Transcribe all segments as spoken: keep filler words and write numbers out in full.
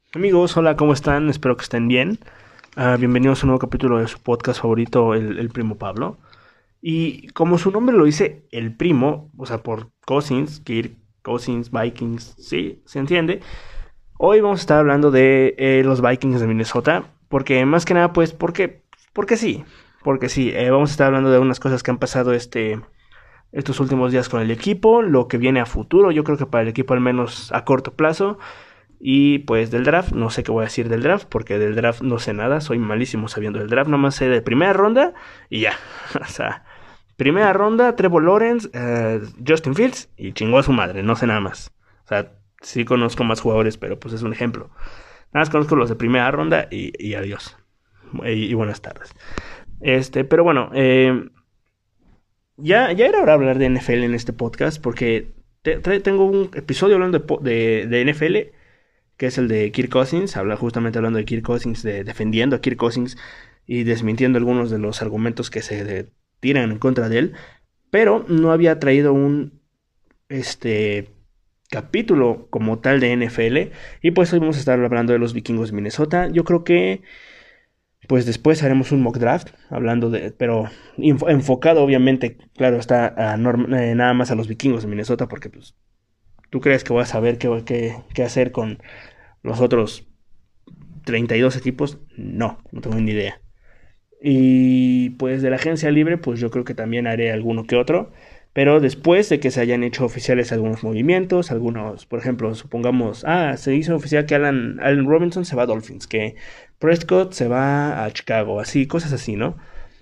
Amigos, hola, ¿cómo están? Espero que estén bien. Ah, bienvenidos a un nuevo capítulo de su podcast favorito, El, el Primo Pablo. Y como su nombre lo dice, El Primo, o sea, por Cousins, Kirk Cousins, Vikings, sí, se entiende. Hoy vamos a estar hablando de eh, los Vikings de Minnesota, porque más que nada, pues, porque, porque sí, porque sí, eh, vamos a estar hablando de unas cosas que han pasado este, estos últimos días con el equipo, lo que viene a futuro, yo creo que para el equipo al menos a corto plazo. Y pues del draft, no sé qué voy a decir del draft, porque del draft no sé nada, soy malísimo sabiendo del draft, nomás sé de primera ronda y ya. O sea, primera ronda, Trevor Lawrence, eh, Justin Fields y chingó a su madre, no sé nada más. O sea, sí conozco más jugadores, pero pues es un ejemplo. Nada más conozco los de primera ronda y, y adiós. Y, y, buenas tardes. Este, pero bueno, eh, ya, ya era hora de hablar de N F L en este podcast, porque te, te, tengo un episodio hablando de, de, de N F L que es el de Kirk Cousins, habla justamente hablando de Kirk Cousins, de defendiendo a Kirk Cousins y desmintiendo algunos de los argumentos que se de, tiran en contra de él, pero no había traído un este capítulo como tal de N F L y pues hoy vamos a estar hablando de los vikingos de Minnesota. Yo creo que pues después haremos un mock draft hablando de, pero enfocado obviamente, claro, está a norm, eh, nada más a los vikingos de Minnesota porque pues tú crees que voy a saber qué, qué, qué hacer con los otros treinta y dos equipos, no, no tengo ni idea. Y pues de la agencia libre, pues yo creo que también haré alguno que otro. Pero después de que se hayan hecho oficiales algunos movimientos, algunos, por ejemplo, supongamos, ah, se hizo oficial que Alan, Allen Robinson se va a Dolphins, que Prescott se va a Chicago, así, cosas así, ¿no?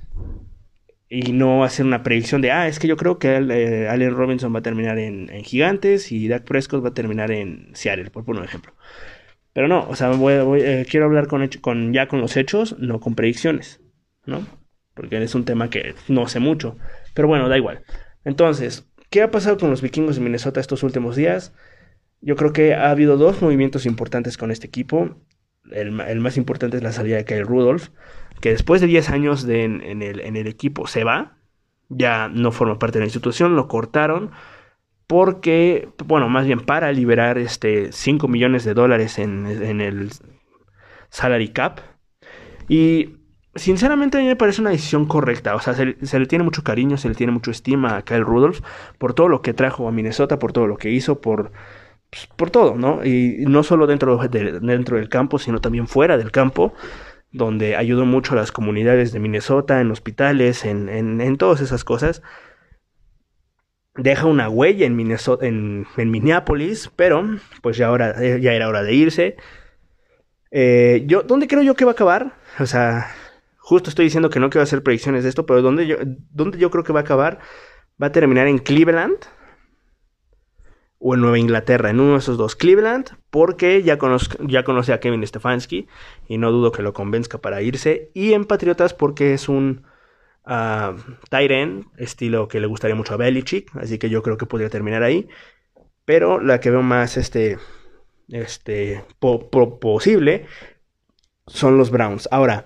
Y no hacer una predicción de, ah, es que yo creo que eh, Allen Robinson va a terminar en, en Gigantes y Dak Prescott va a terminar en Seattle, por poner un ejemplo. Pero no, o sea, voy, voy, eh, quiero hablar con, con ya con los hechos, no con predicciones, ¿no? Porque es un tema que no sé mucho. Pero bueno, da igual. Entonces, ¿qué ha pasado con los vikingos de Minnesota estos últimos días? Yo creo que ha habido dos movimientos importantes con este equipo. El, el más importante es la salida de Kyle Rudolph, que después de diez años de, en, en, el, en el equipo se va. Ya no forma parte de la institución, lo cortaron porque, bueno, más bien para liberar este cinco millones de dólares en, en el salary cap. Y sinceramente a mí me parece una decisión correcta. O sea, se, se, le tiene mucho cariño, se le tiene mucho estima a Kyle Rudolph por todo lo que trajo a Minnesota, por todo lo que hizo, por, pues, por todo, ¿no? Y no solo dentro, de, dentro del campo, sino también fuera del campo, donde ayudó mucho a las comunidades de Minnesota, en hospitales, en, en, en todas esas cosas. Deja una huella en, Minnesota, en, en Minneapolis, pero pues ya, ahora, ya era hora de irse. Eh, yo, ¿dónde creo yo que va a acabar? O sea, justo estoy diciendo que no quiero hacer predicciones de esto, pero ¿dónde yo, dónde yo creo que va a acabar? Va a terminar en Cleveland o en Nueva Inglaterra, en uno de esos dos. Cleveland, porque ya, conozco, ya conoce a Kevin Stefanski y no dudo que lo convenzca para irse. Y en Patriotas, porque es un uh, tight end, estilo que le gustaría mucho a Belichick, así que yo creo que podría terminar ahí. Pero la que veo más este, este po, po, posible son los Browns. Ahora,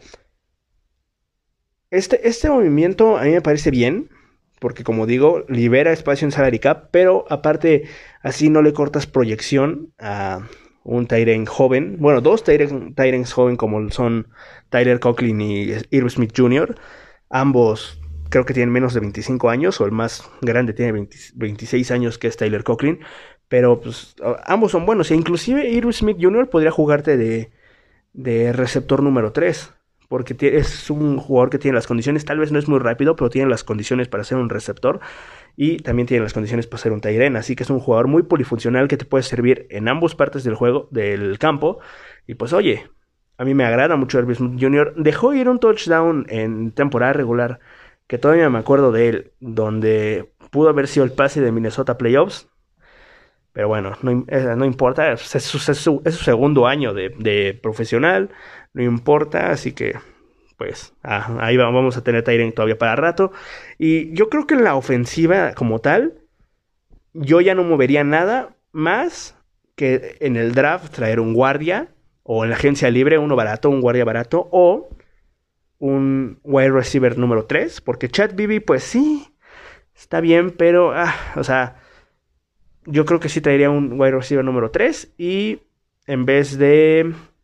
este, este movimiento a mí me parece bien, porque como digo, libera espacio en salary cap, pero aparte así no le cortas proyección a un tight end joven, bueno, dos tight ends joven como son Tyler Conklin y Irv Smith junior Ambos creo que tienen menos de veinticinco años, o el más grande tiene veinte, veintiséis años, que es Tyler Conklin, pero pues ambos son buenos, e inclusive Irv Smith junior podría jugarte de, de receptor número tres, porque es un jugador que tiene las condiciones, tal vez no es muy rápido, pero tiene las condiciones para ser un receptor, y también tiene las condiciones para ser un tight end, así que es un jugador muy polifuncional que te puede servir en ambas partes del juego, del campo, y pues oye, a mí me agrada mucho Irv Smith junior Dejó ir un touchdown en temporada regular, que todavía me acuerdo de él, donde pudo haber sido el pase de Minnesota Playoffs, pero bueno, no, no importa, es su, es, su, es su segundo año de, de profesional, no importa, así que pues ah, ahí vamos a tener Tyrant todavía para rato. Y yo creo que en la ofensiva como tal, yo ya no movería nada más que en el draft traer un guardia, o en la agencia libre uno barato, un guardia barato, o un wide receiver número tres, porque Chad Beebe pues sí, está bien, pero ah, o sea, yo creo que sí traería un wide receiver número tres y en vez de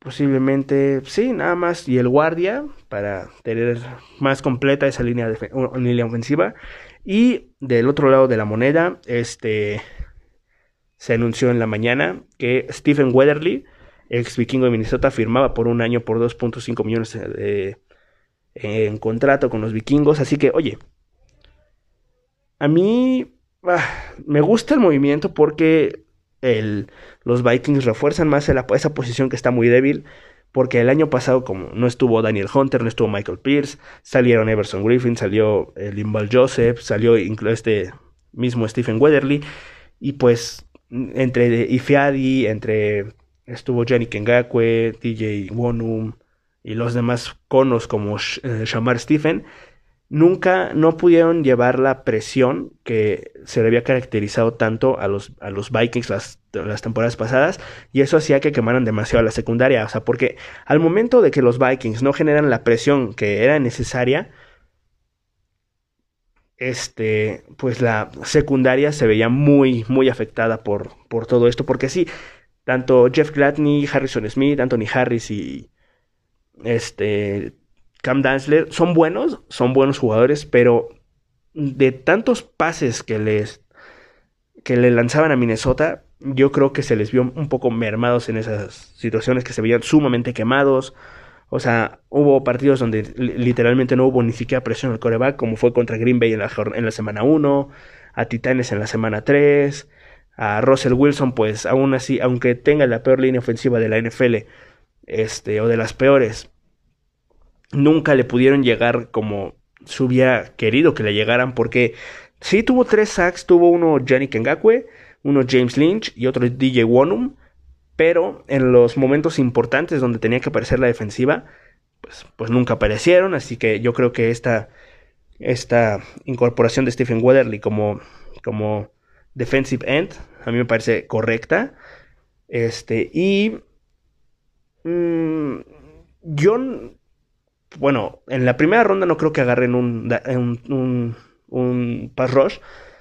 Posiblemente, sí, nada más. Y el guardia, para tener más completa esa línea, de, línea ofensiva. Y del otro lado de la moneda, este se anunció en la mañana que Stephen Weatherly, ex vikingo de Minnesota, firmaba por un año por dos punto cinco millones de, en contrato con los vikingos. Así que, oye, a mí ah, me gusta el movimiento porque el, los Vikings refuerzan más la, esa posición que está muy débil. Porque el año pasado, como no estuvo Daniel Hunter, no estuvo Michael Pierce, salieron Everson Griffin, salió eh, Linval Joseph, salió este mismo Stephen Weatherly. Y pues, entre Ifeadi, entre estuvo Yannick Ngakoue, D J Wonnum y los demás conos como eh, Shamar Stephen, nunca no pudieron llevar la presión que se le había caracterizado tanto a los, a los Vikings las, las temporadas pasadas, y eso hacía que quemaran demasiado a la secundaria. O sea, porque al momento de que los Vikings no generan la presión que era necesaria, este, pues la secundaria se veía muy, muy afectada por, por todo esto, porque sí, tanto Jeff Gladney, Harrison Smith, Anthony Harris y este Cam Dantzler son buenos, son buenos jugadores, pero de tantos pases que les que le lanzaban a Minnesota, yo creo que se les vio un poco mermados en esas situaciones, que se veían sumamente quemados. O sea, hubo partidos donde literalmente no hubo ni siquiera presión al quarterback, como fue contra Green Bay en la, en la semana uno, a Titanes en la semana tres, a Russell Wilson, pues aún así, aunque tenga la peor línea ofensiva de la N F L, este, o de las peores, nunca le pudieron llegar como se hubiera querido que le llegaran, porque sí tuvo tres sacks, tuvo uno Yannick Ngakoue, uno James Lynch y otro D J Wonnum, pero en los momentos importantes donde tenía que aparecer la defensiva, pues, pues nunca aparecieron. Así que yo creo que esta, esta incorporación de Stephen Weatherly como, como defensive end a mí me parece correcta. Este, y mmm, yo, bueno, en la primera ronda no creo que agarren un, un, un, un pass rush,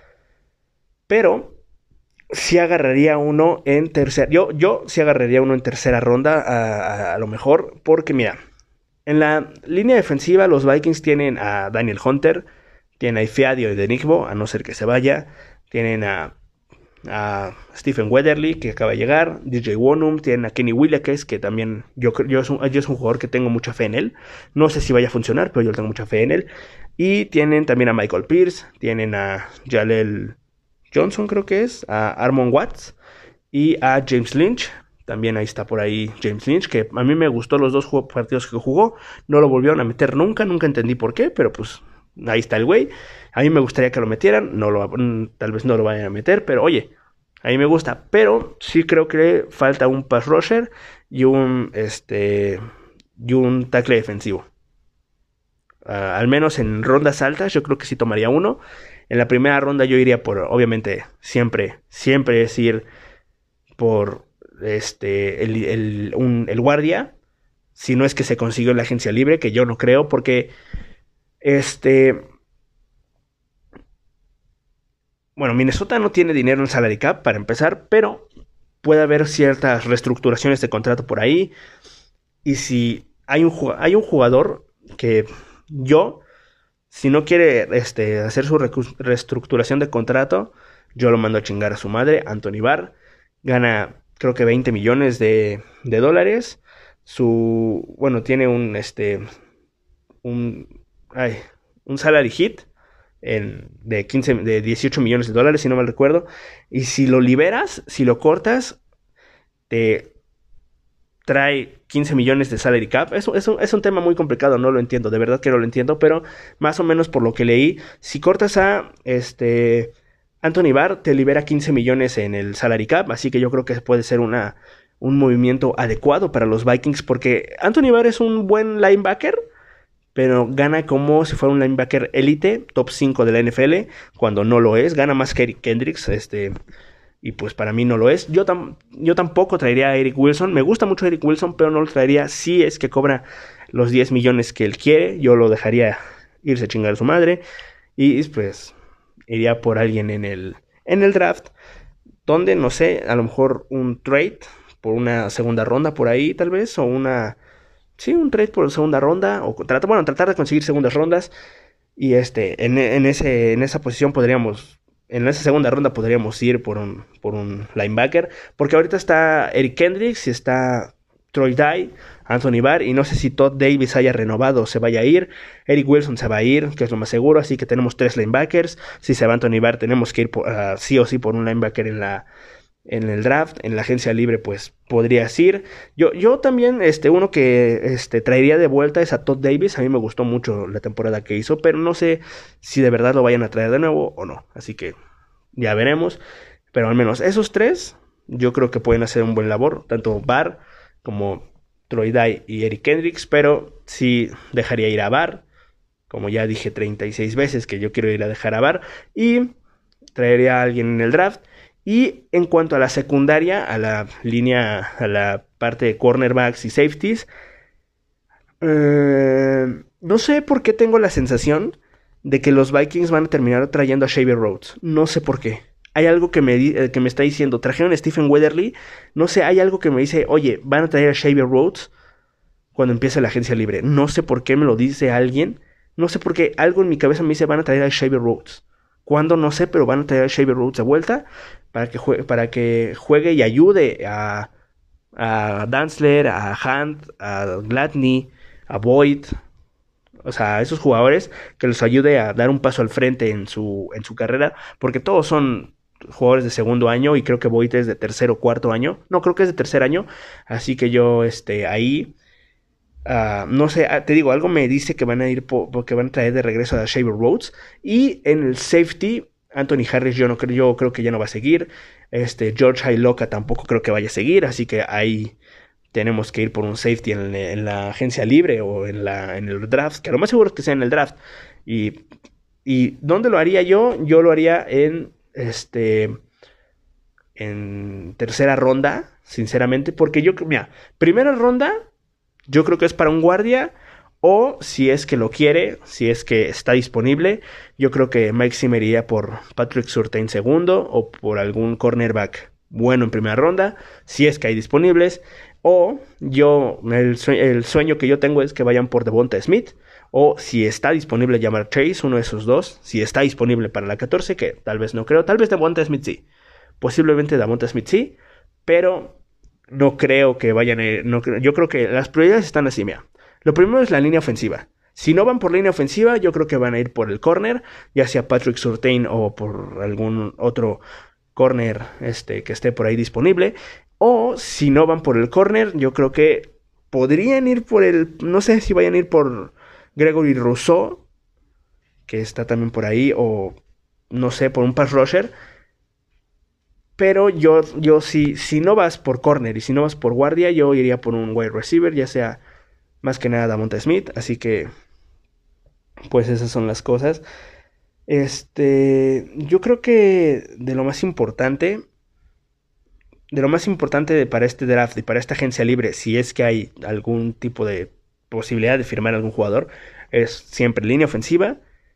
pero sí agarraría uno en tercera. Yo, yo sí agarraría uno en tercera ronda a, a, a lo mejor. Porque mira, en la línea defensiva los Vikings tienen a Daniel Hunter, tienen a Ifeadi y Denigbo, a no ser que se vaya. Tienen a, a Stephen Weatherly, que acaba de llegar, D J Wonnum, tienen a Kenny Willekes, que también yo, yo, es un, yo es un jugador que tengo mucha fe en él. No sé si vaya a funcionar, pero yo tengo mucha fe en él. Y tienen también a Michael Pierce, tienen a Jaleel Johnson, creo que es, a Armon Watts y a James Lynch. También ahí está por ahí James Lynch, que a mí me gustó los dos partidos que jugó. No lo volvieron a meter nunca, nunca entendí por qué, pero pues ahí está el güey. A mí me gustaría que lo metieran, no lo, tal vez no lo vayan a meter, pero oye, a mí me gusta. Pero sí creo que falta un pass rusher y un, este, y un tackle defensivo. Uh, al menos en rondas altas yo creo que sí tomaría uno. En la primera ronda yo iría por, obviamente, siempre, siempre es ir por este el, el, un, el guardia, si no es que se consiguió en la agencia libre, que yo no creo, porque este bueno, Minnesota no tiene dinero en salary cap para empezar, pero puede haber ciertas reestructuraciones de contrato por ahí. Y si hay un, hay un jugador que yo, si no quiere este, hacer su reestructuración de contrato, yo lo mando a chingar a su madre. Anthony Barr gana creo que veinte millones de, de dólares. Su, bueno, tiene un este un ay, un salary hit en, de quince, de dieciocho millones de dólares, si no mal recuerdo. Y si lo liberas, si lo cortas, te trae quince millones de salary cap. Eso, eso es un tema muy complicado, no lo entiendo, de verdad que no lo entiendo, pero más o menos por lo que leí, si cortas a este Anthony Barr, te libera quince millones en el salary cap, así que yo creo que puede ser una, un movimiento adecuado para los Vikings, porque Anthony Barr es un buen linebacker, pero gana como si fuera un linebacker élite, top cinco de la N F L, cuando no lo es. Gana más que Eric Kendricks, este... y pues para mí no lo es. Yo, tam- yo tampoco traería a Eric Wilson. Me gusta mucho Eric Wilson, pero no lo traería si es que cobra los diez millones que él quiere. Yo lo dejaría irse a chingar a su madre. Y pues iría por alguien en el, en el draft, donde, no sé, a lo mejor un trade por una segunda ronda por ahí, tal vez, o una... Sí, un trade por segunda ronda, o tratar, bueno, tratar de conseguir segundas rondas, y este, en, en, ese, en esa posición podríamos, en esa segunda ronda podríamos ir por un, por un linebacker, porque ahorita está Eric Kendricks y está Troy Dye, Anthony Barr, y no sé si Todd Davis haya renovado o se vaya a ir. Eric Wilson se va a ir, que es lo más seguro, así que tenemos tres linebackers. Si se va Anthony Barr, tenemos que ir por, uh, sí o sí por un linebacker en la en el draft. En la agencia libre, pues podrías ir. Yo, yo también, este, uno que este, traería de vuelta es a Todd Davis. A mí me gustó mucho la temporada que hizo, pero no sé si de verdad lo vayan a traer de nuevo o no. Así que ya veremos. Pero al menos esos tres, yo creo que pueden hacer un buen labor, tanto Barr como Troy Dye y Eric Kendricks, pero sí dejaría ir a Barr, como ya dije treinta y seis veces que yo quiero ir a dejar a Barr, y traería a alguien en el draft. Y en cuanto a la secundaria, a la línea, a la parte de cornerbacks y safeties, eh, no sé por qué tengo la sensación de que los Vikings van a terminar trayendo a Xavier Rhodes. No sé por qué. Hay algo que me, eh, que me está diciendo, trajeron a Stephen Weatherly, no sé, hay algo que me dice, oye, van a traer a Xavier Rhodes cuando empiece la agencia libre. No sé por qué me lo dice alguien, no sé por qué, algo en mi cabeza me dice, van a traer a Xavier Rhodes. ¿Cuándo? No sé, pero van a traer a Xavier Rhodes de vuelta para que juegue, para que juegue y ayude a, a Dantzler, a Hunt, a Gladney, a Boyd. O sea, esos jugadores que los ayude a dar un paso al frente en su, en su carrera, porque todos son jugadores de segundo año y creo que Boyd es de tercer o cuarto año. No, creo que es de tercer año. Así que yo, este, ahí, uh, no sé, te digo, algo me dice que van a ir, por, que van a traer de regreso a Xavier Rhodes. Y en el safety, Anthony Harris yo no creo, yo creo que ya no va a seguir. Este, George Iloka tampoco creo que vaya a seguir, así que ahí tenemos que ir por un safety en, en la agencia libre o en, la, en el draft, que lo más seguro es que sea en el draft. Y, y ¿dónde lo haría yo? Yo lo haría en este en tercera ronda, sinceramente, porque yo, mira, primera ronda yo creo que es para un guardia, o si es que lo quiere, si es que está disponible, yo creo que Mike Zimmer iría por Patrick Surtain segundo, o por algún cornerback bueno en primera ronda, si es que hay disponibles. O yo, el sueño, el sueño que yo tengo es que vayan por Devonta Smith, o si está disponible Ja'Marr Chase, uno de esos dos, si está disponible para la catorce, que tal vez no creo, tal vez Devonta Smith sí, posiblemente Devonta Smith sí, pero no creo que vayan a ir, no, yo creo que las prioridades están así, mira. Lo primero es la línea ofensiva. Si no van por línea ofensiva, yo creo que van a ir por el corner, ya sea Patrick Surtain o por algún otro corner este, que esté por ahí disponible. O si no van por el corner, yo creo que podrían ir por el... No sé si vayan a ir por Gregory Rousseau, que está también por ahí, o no sé, por un pass rusher. Pero yo, yo si, si no vas por corner y si no vas por guardia, yo iría por un wide receiver, ya sea más que nada Devonta Smith. Así que, pues esas son las cosas. Este, yo creo que de lo más importante... De lo más importante de, para este draft y para esta agencia libre, si es que hay algún tipo de posibilidad de firmar a algún jugador, es siempre línea ofensiva.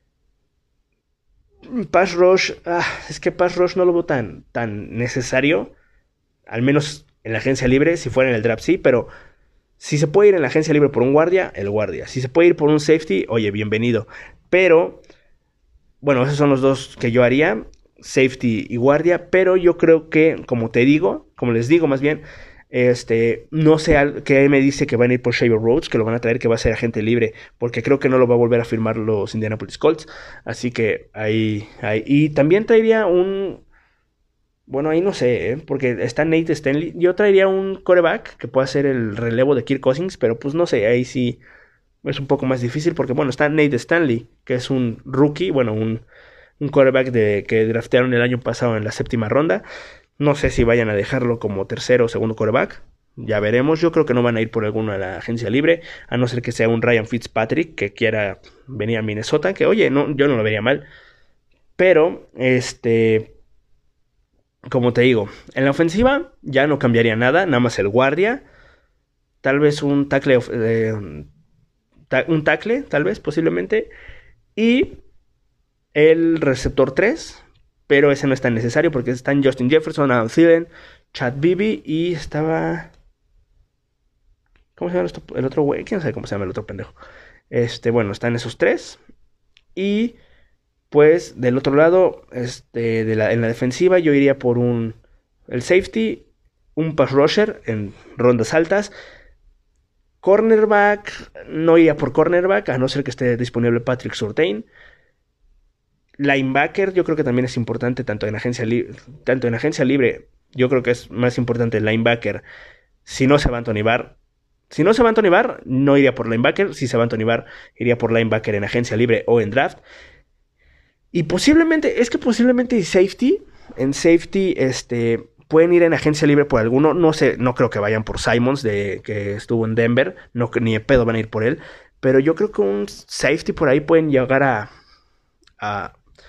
Pass rush, ah, es que pass rush no lo veo tan, tan necesario, al menos en la agencia libre. Si fuera en el draft sí, pero si se puede ir en la agencia libre por un guardia, el guardia. Si se puede ir por un safety, oye, bienvenido. Pero, bueno, esos son los dos que yo haría, safety y guardia, pero yo creo que, como te digo, como les digo más bien, este, no sé qué me dice que van a ir por Xavier Rhodes, que lo van a traer, que va a ser agente libre, porque creo que no lo va a volver a firmar los Indianapolis Colts, así que ahí, ahí, y también traería un, bueno, ahí no sé, ¿eh? Porque está Nate Stanley, yo traería un quarterback que pueda ser el relevo de Kirk Cousins, pero pues no sé, ahí sí es un poco más difícil, porque bueno, está Nate Stanley, que es un rookie, bueno, un un quarterback de, que draftearon el año pasado en la séptima ronda. No sé si vayan a dejarlo como tercero o segundo quarterback. Ya veremos. Yo creo que no van a ir por alguno a la agencia libre, a no ser que sea un Ryan Fitzpatrick que quiera venir a Minnesota, que oye, no, yo no lo vería mal. Pero, este, como te digo, en la ofensiva ya no cambiaría nada, nada más el guardia. Tal vez un tackle, eh, ta- un tackle, tal vez, posiblemente. Y el receptor tres, pero ese no es tan necesario porque están Justin Jefferson, Adam Thielen, Chad Beebe y estaba... ¿Cómo se llama el otro güey? ¿Quién sabe cómo se llama el otro pendejo? Este, bueno, están esos tres. Y pues del otro lado, este, de la, en la defensiva yo iría por un... El safety, un pass rusher en rondas altas. Cornerback, no iría por cornerback, a no ser que esté disponible Patrick Surtain. Linebacker, yo creo que también es importante, tanto en agencia, li- tanto en agencia libre, yo creo que es más importante el linebacker. Si no se va Anthony Barr, si no se va Anthony Barr, no iría por linebacker. Si se va Anthony Barr, iría por linebacker en agencia libre o en draft. Y posiblemente, es que posiblemente safety, en safety, este... pueden ir en agencia libre por alguno. No sé, no creo que vayan por Simons, de, que estuvo en Denver. No, ni de pedo van a ir por él. Pero yo creo que un safety por ahí pueden llegar a, a,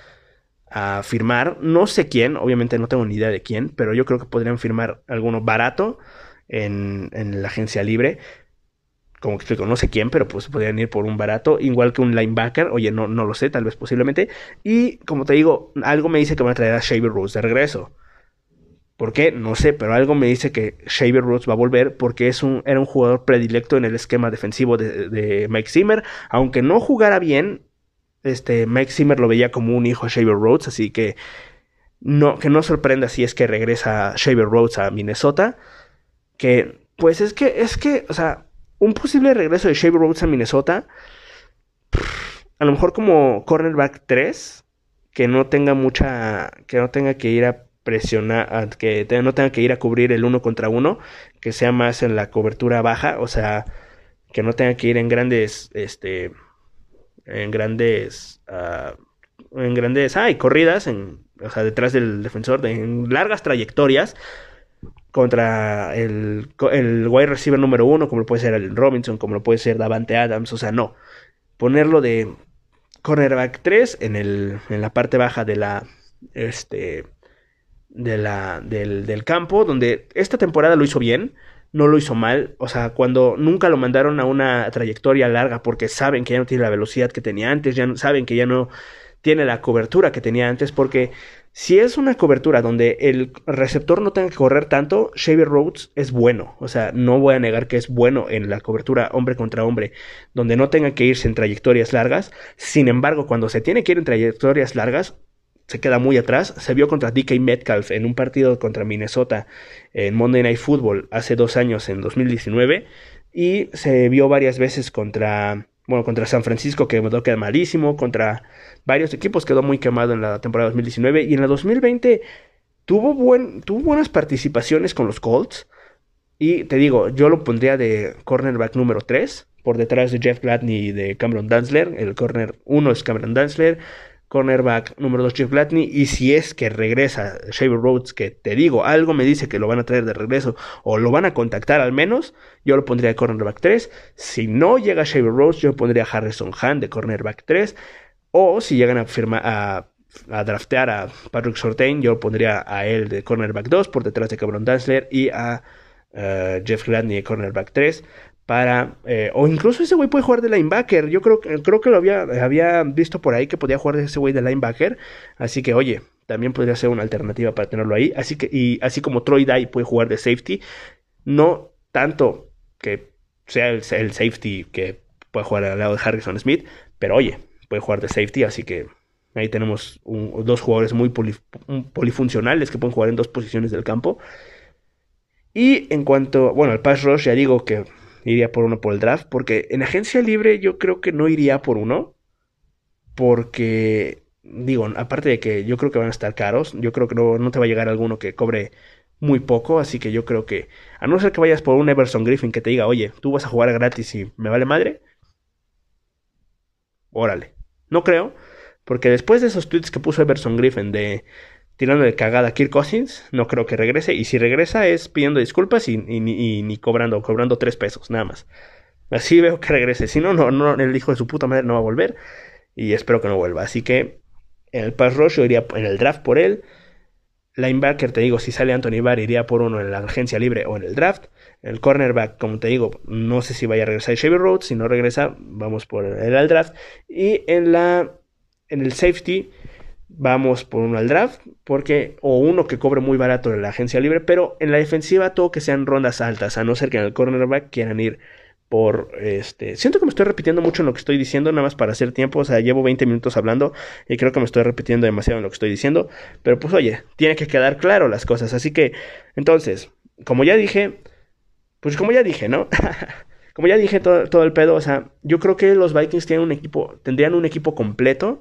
a firmar. No sé quién, obviamente no tengo ni idea de quién. Pero yo creo que podrían firmar alguno barato en, en la agencia libre. Como que explico, no sé quién, pero pues podrían ir por un barato. Igual que un linebacker. Oye, no, no lo sé, tal vez posiblemente. Y como te digo, algo me dice que van a traer a Xavier Rhodes de regreso. ¿Por qué? No sé, pero algo me dice que Xavier Rhodes va a volver porque es un, era un jugador predilecto en el esquema defensivo de, de Mike Zimmer. Aunque no jugara bien, este, Mike Zimmer lo veía como un hijo a Xavier Rhodes, así que no, que no sorprenda si es que regresa Xavier Rhodes a Minnesota. Que, pues es que, es que, o sea, un posible regreso de Xavier Rhodes a Minnesota, a lo mejor como cornerback tres, que no tenga mucha, que no tenga que ir a presionar, que no tenga que ir a cubrir el uno contra uno, que sea más en la cobertura baja, o sea, que no tenga que ir en grandes, este, en grandes, uh, en grandes, ah, y corridas, en, o sea, detrás del defensor, de, en largas trayectorias contra el, el wide receiver número uno, como lo puede ser el Robinson, como lo puede ser Davante Adams, o sea, no, ponerlo de cornerback tres en el, en la parte baja de la, este, de la, del, del campo, donde esta temporada lo hizo bien, no lo hizo mal, o sea, cuando nunca lo mandaron a una trayectoria larga porque saben que ya no tiene la velocidad que tenía antes, ya no, saben que ya no tiene la cobertura que tenía antes, porque si es una cobertura donde el receptor no tenga que correr tanto, Xavier Rhodes es bueno, o sea, no voy a negar que es bueno en la cobertura hombre contra hombre, donde no tenga que irse en trayectorias largas. Sin embargo, cuando se tiene que ir en trayectorias largas, se queda muy atrás. Se vio contra D K Metcalf en un partido contra Minnesota en Monday Night Football hace dos años, en dos mil diecinueve, y se vio varias veces contra, bueno, contra San Francisco, que quedó malísimo, contra varios equipos quedó muy quemado en la temporada dos mil diecinueve, y en la dos mil veinte tuvo, buen, tuvo buenas participaciones con los Colts, y te digo, yo lo pondría de cornerback número tres, por detrás de Jeff Gladney y de Cameron Dantzler. El corner uno es Cameron Dantzler, cornerback número dos Jeff Gladney, y si es que regresa Xavier Rhodes, que te digo, algo me dice que lo van a traer de regreso o lo van a contactar al menos, yo lo pondría de cornerback tres. Si no llega Xavier Rhodes, yo pondría a Harrison Hunt de cornerback tres, o si llegan a firmar a, a draftear a Patrick Surtain, yo pondría a él de cornerback dos por detrás de Cameron Dantzler, y a uh, Jeff Gladney de cornerback tres. Para, eh, o incluso ese güey puede jugar de linebacker. Yo creo, creo que lo había, había visto por ahí que podía jugar de ese güey de linebacker. Así que, oye, también podría ser una alternativa para tenerlo ahí. Así que, y así como Troy Dye puede jugar de safety, no tanto que sea el, el safety que puede jugar al lado de Harrison Smith, pero oye, puede jugar de safety. Así que ahí tenemos un, dos jugadores muy poli, polifuncionales que pueden jugar en dos posiciones del campo. Y en cuanto, bueno, al pass rush, ya digo que iría por uno por el draft, porque en agencia libre yo creo que no iría por uno, porque, digo, aparte de que yo creo que van a estar caros, yo creo que no, no te va a llegar alguno que cobre muy poco, así que yo creo que, a no ser que vayas por un Everson Griffin que te diga, oye, tú vas a jugar gratis y me vale madre, órale, no creo, porque después de esos tweets que puso Everson Griffin de tirando de cagada a Kirk Cousins, no creo que regrese, y si regresa es pidiendo disculpas y, y, y, y ni cobrando, cobrando tres pesos, nada más. Así veo que regrese, si no, no, no, el hijo de su puta madre no va a volver, y espero que no vuelva, así que en el pass rush yo iría en el draft por él. Linebacker, te digo, si sale Anthony Barr, iría por uno en la agencia libre o en el draft. El cornerback, como te digo, no sé si vaya a regresar Xavier Rhodes, si no regresa, vamos por el al draft. Y en la en el safety, vamos por uno al draft, porque o uno que cobre muy barato en la agencia libre, pero en la defensiva todo que sean rondas altas, a no ser que en el cornerback quieran ir por este... Siento que me estoy repitiendo mucho en lo que estoy diciendo, nada más para hacer tiempo, o sea, llevo veinte minutos hablando y creo que me estoy repitiendo demasiado en lo que estoy diciendo, pero pues oye, tiene que quedar claro las cosas, así que, entonces, como ya dije, pues como ya dije, ¿no? Como ya dije todo, todo el pedo, o sea, yo creo que los Vikings tienen un equipo, tendrían un equipo completo.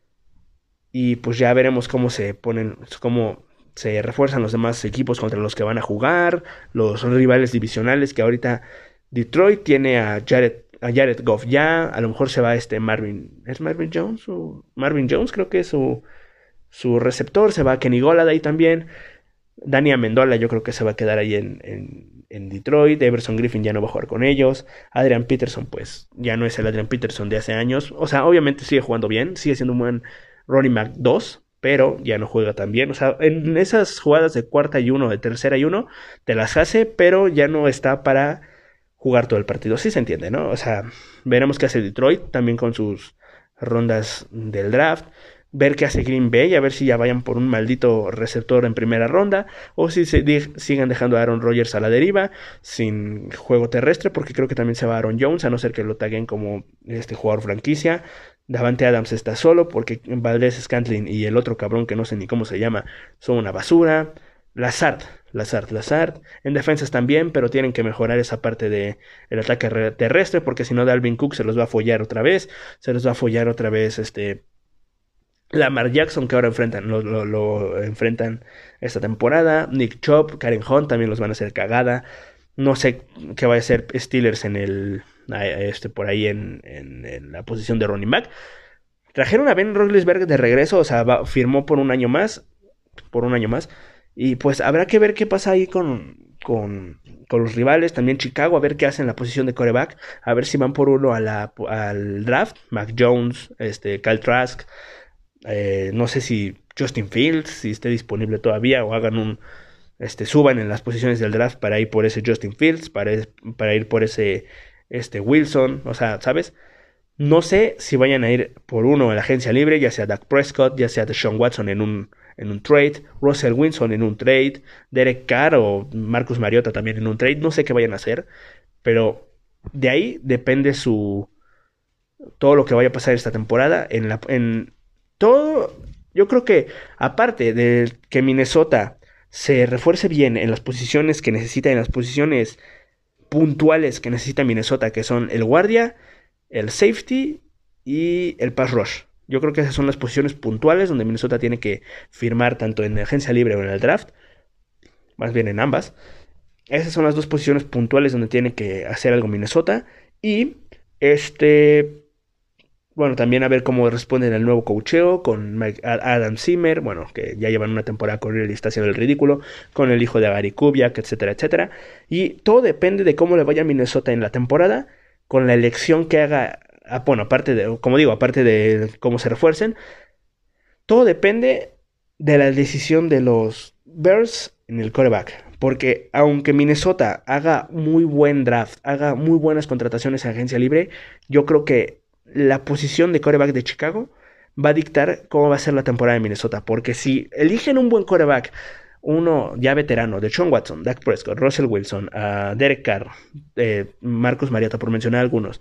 Y pues ya veremos cómo se ponen, cómo se refuerzan los demás equipos contra los que van a jugar, los rivales divisionales que ahorita Detroit tiene a Jared, a Jared Goff ya, a lo mejor se va este Marvin, ¿es Marvin Jones? O Marvin Jones creo que es su, su receptor, se va Kenny Golladay también, Dani Amendola yo creo que se va a quedar ahí en, en, en Detroit, Everson Griffin ya no va a jugar con ellos, Adrian Peterson pues ya no es el Adrian Peterson de hace años, o sea, obviamente sigue jugando bien, sigue siendo un buen running back dos, pero ya no juega tan bien. O sea, en esas jugadas de cuarta y uno, de tercera y uno, te las hace, pero ya no está para jugar todo el partido. Sí se entiende, ¿no? O sea, veremos qué hace Detroit también con sus rondas del draft. Ver qué hace Green Bay, a ver si ya vayan por un maldito receptor en primera ronda, o si se de- sigan dejando a Aaron Rodgers a la deriva, sin juego terrestre, porque creo que también se va Aaron Jones, a no ser que lo taguen como este jugador franquicia. Davante Adams está solo, porque Valdez Scantling y el otro cabrón que no sé ni cómo se llama, son una basura. Lazard, Lazard, Lazard. En defensas también, pero tienen que mejorar esa parte de el ataque re- terrestre, porque si no Dalvin Cook se los va a follar otra vez, se los va a follar otra vez este Lamar Jackson que ahora enfrentan, lo, lo, lo enfrentan esta temporada. Nick Chubb, Karen Hunt también los van a hacer cagada. No sé qué va a hacer Steelers en el este por ahí en, en, en la posición de running back. Trajeron a Ben Roethlisberger de regreso, o sea, va, firmó por un año más, por un año más. Y pues habrá que ver qué pasa ahí con, con, con los rivales. También Chicago, a ver qué hacen en la posición de quarterback. A ver si van por uno a la, al draft. Mac Jones, este, Kyle Trask. Eh, no sé si Justin Fields, si esté disponible todavía, o hagan un, este, suban en las posiciones del draft para ir por ese Justin Fields, para, para ir por ese, este, Wilson, o sea, ¿sabes? No sé si vayan a ir por uno en la agencia libre, ya sea Dak Prescott, ya sea Deshaun Watson en un, en un trade, Russell Wilson en un trade, Derek Carr o Marcus Mariota también en un trade, no sé qué vayan a hacer, pero de ahí depende su, todo lo que vaya a pasar esta temporada, en la, en todo, yo creo que aparte de que Minnesota se refuerce bien en las posiciones que necesita, en las posiciones puntuales que necesita Minnesota, que son el guardia, el safety y el pass rush. Yo creo que esas son las posiciones puntuales donde Minnesota tiene que firmar tanto en la agencia libre o en el draft, más bien en ambas. Esas son las dos posiciones puntuales donde tiene que hacer algo Minnesota. Y este... Bueno, también a ver cómo responden al nuevo coacheo con Mike, Adam Zimmer, bueno, que ya llevan una temporada con él y está haciendo el ridículo, con el hijo de Gary Kubiak, etcétera, etcétera. Y todo depende de cómo le vaya a Minnesota en la temporada, con la elección que haga, ah, bueno, aparte de, como digo, aparte de cómo se refuercen, todo depende de la decisión de los Bears en el quarterback. Porque aunque Minnesota haga muy buen draft, haga muy buenas contrataciones en agencia libre, yo creo que la posición de quarterback de Chicago va a dictar cómo va a ser la temporada de Minnesota. Porque si eligen un buen quarterback, uno ya veterano, de Deshaun Watson, Dak Prescott, Russell Wilson, uh, Derek Carr, eh, Marcus Mariota, por mencionar algunos,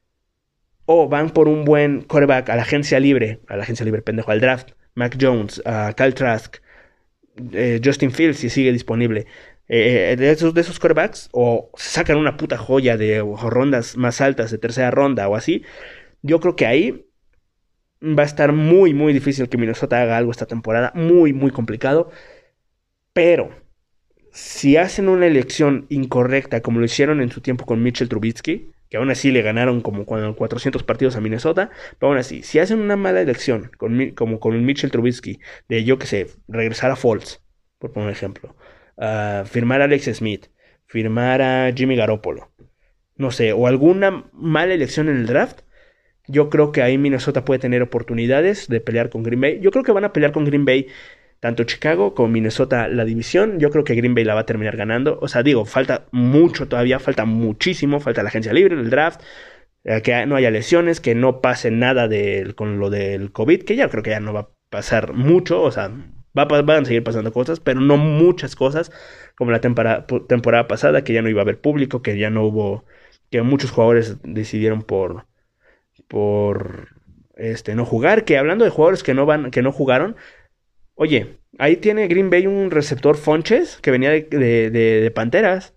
o van por un buen quarterback a la agencia libre, a la agencia libre pendejo, al draft, Mac Jones, uh, Kyle Trask, eh, Justin Fields, si sigue disponible, eh, de esos, de esos quarterbacks, o sacan una puta joya de o rondas más altas, de tercera ronda o así, yo creo que ahí va a estar muy, muy difícil que Minnesota haga algo esta temporada. Muy, muy complicado. Pero si hacen una elección incorrecta, como lo hicieron en su tiempo con Mitchell Trubisky, que aún así le ganaron como cuatrocientos partidos a Minnesota, pero aún así, si hacen una mala elección, con, como con Mitchell Trubisky, de yo que sé, regresar a Foles, por poner un ejemplo, uh, firmar a Alex Smith, firmar a Jimmy Garoppolo, no sé, o alguna mala elección en el draft, yo creo que ahí Minnesota puede tener oportunidades de pelear con Green Bay. Yo creo que van a pelear con Green Bay tanto Chicago como Minnesota la división. Yo creo que Green Bay la va a terminar ganando. O sea, digo, falta mucho todavía, falta muchísimo. Falta la agencia libre, el draft, eh, que no haya lesiones, que no pase nada de, con lo del COVID, que ya creo que ya no va a pasar mucho, o sea, va, van a seguir pasando cosas, pero no muchas cosas, como la temporada, temporada pasada, que ya no iba a haber público, que ya no hubo, que muchos jugadores decidieron por, por, este, no jugar, que hablando de jugadores que no van, que no jugaron, oye, ahí tiene Green Bay un receptor Fonches, que venía de, de, de, de Panteras,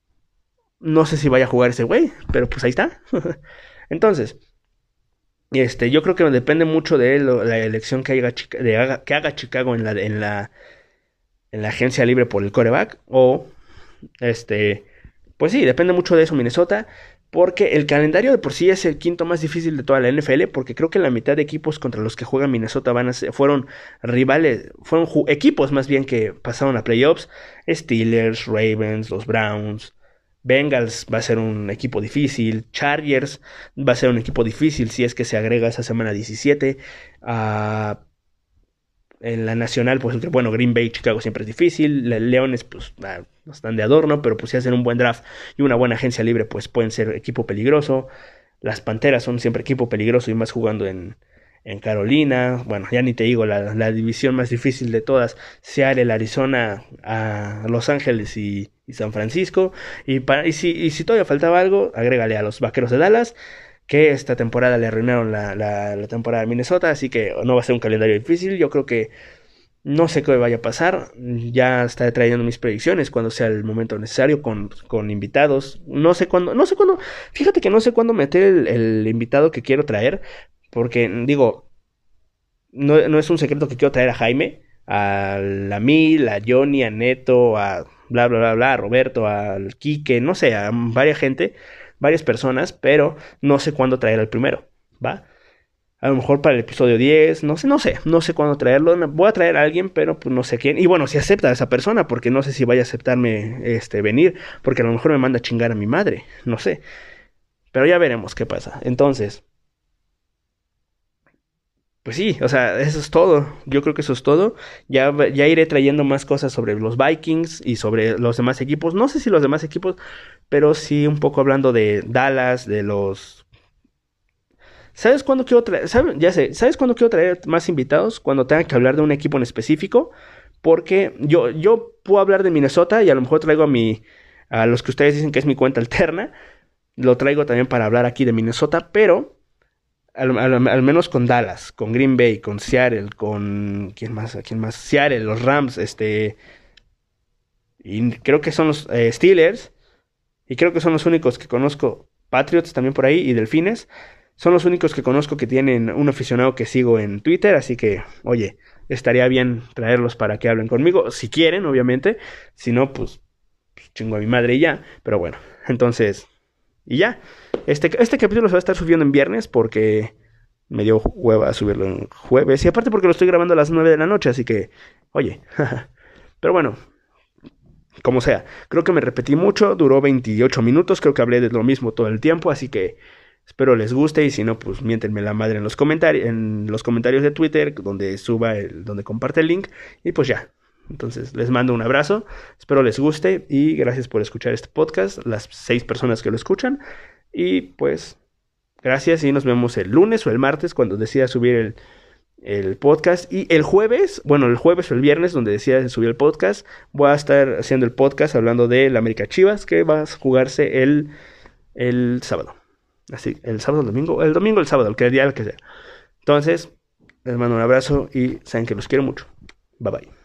no sé si vaya a jugar ese güey, pero pues ahí está. Entonces, este, yo creo que depende mucho de él, la elección que haga, de haga, que haga Chicago en la, en la en la agencia libre por el quarterback. O este, pues sí, depende mucho de eso Minnesota. Porque el calendario de por sí es el quinto más difícil de toda la N F L. Porque creo que la mitad de equipos contra los que juega Minnesota van a ser, fueron rivales, fueron equipos más bien que pasaron a playoffs. Steelers, Ravens, los Browns. Bengals va a ser un equipo difícil. Chargers va a ser un equipo difícil si es que se agrega esa semana diecisiete. Uh, en la nacional, pues bueno, Green Bay, Chicago siempre es difícil. Los Leones, pues ah, no están de adorno, pero pues si hacen un buen draft y una buena agencia libre, pues pueden ser equipo peligroso. Las Panteras son siempre equipo peligroso y más jugando en, en Carolina. Bueno, ya ni te digo, la, la división más difícil de todas, Seattle, Arizona, a Los Ángeles y, y San Francisco. Y, para, y, si, y si todavía faltaba algo, agrégale a los Vaqueros de Dallas, que esta temporada le arruinaron la, la, la temporada de Minnesota, así que no va a ser un calendario difícil. Yo creo que no sé qué vaya a pasar, ya estaré trayendo mis predicciones cuando sea el momento necesario, con, con invitados. No sé cuándo, no sé cuándo, fíjate que no sé cuándo meter el, el invitado que quiero traer, porque digo, no, no es un secreto que quiero traer a Jaime, a la Mil, a Johnny, a Neto, a bla bla bla bla, a Roberto, al Quique, no sé, a varias gente, varias personas, pero no sé cuándo traer al primero, ¿va? A lo mejor para el episodio diez, no sé, no sé, no sé cuándo traerlo. Voy a traer a alguien, pero pues no sé quién. Y bueno, si acepta a esa persona, porque no sé si vaya a aceptarme este venir, porque a lo mejor me manda a chingar a mi madre, no sé. Pero ya veremos qué pasa. Entonces, pues sí, o sea, eso es todo. Yo creo que eso es todo. Ya, ya iré trayendo más cosas sobre los Vikings y sobre los demás equipos. No sé si los demás equipos, pero sí un poco hablando de Dallas, de los... ¿Sabes cuándo quiero traer? ¿Sabe? Ya sé, ¿sabes cuándo quiero traer más invitados? Cuando tenga que hablar de un equipo en específico. Porque yo, yo puedo hablar de Minnesota y a lo mejor traigo a mi... a los que ustedes dicen que es mi cuenta alterna. Lo traigo también para hablar aquí de Minnesota, pero... Al, al, al menos con Dallas, con Green Bay, con Seattle, con... ¿Quién más? ¿Quién más? Seattle, los Rams, este... Y creo que son los eh, Steelers. Y creo que son los únicos que conozco. Patriots también por ahí y Delfines. Son los únicos que conozco que tienen un aficionado que sigo en Twitter, así que, oye, estaría bien traerlos para que hablen conmigo, si quieren, obviamente. Si no, pues, pues chingo a mi madre y ya. Pero bueno, entonces, y ya. Este, este capítulo se va a estar subiendo en viernes porque me dio hueva subirlo en jueves. Y aparte porque lo estoy grabando a las nueve de la noche, así que, oye. Pero bueno, como sea, creo que me repetí mucho, duró veintiocho minutos, creo que hablé de lo mismo todo el tiempo, así que... espero les guste y si no, pues miéntenme la madre en los comentarios, en los comentarios de Twitter, donde suba el, donde comparte el link, y pues ya. Entonces les mando un abrazo, espero les guste y gracias por escuchar este podcast, las seis personas que lo escuchan, y pues gracias y nos vemos el lunes o el martes cuando decida subir el, el podcast, y el jueves, bueno, el jueves o el viernes donde decida subir el podcast, voy a estar haciendo el podcast hablando de la América Chivas, que va a jugarse el, el sábado. Así, el sábado, el domingo, el domingo, el sábado, el que día, el que sea. Entonces, les mando un abrazo y saben que los quiero mucho. Bye bye.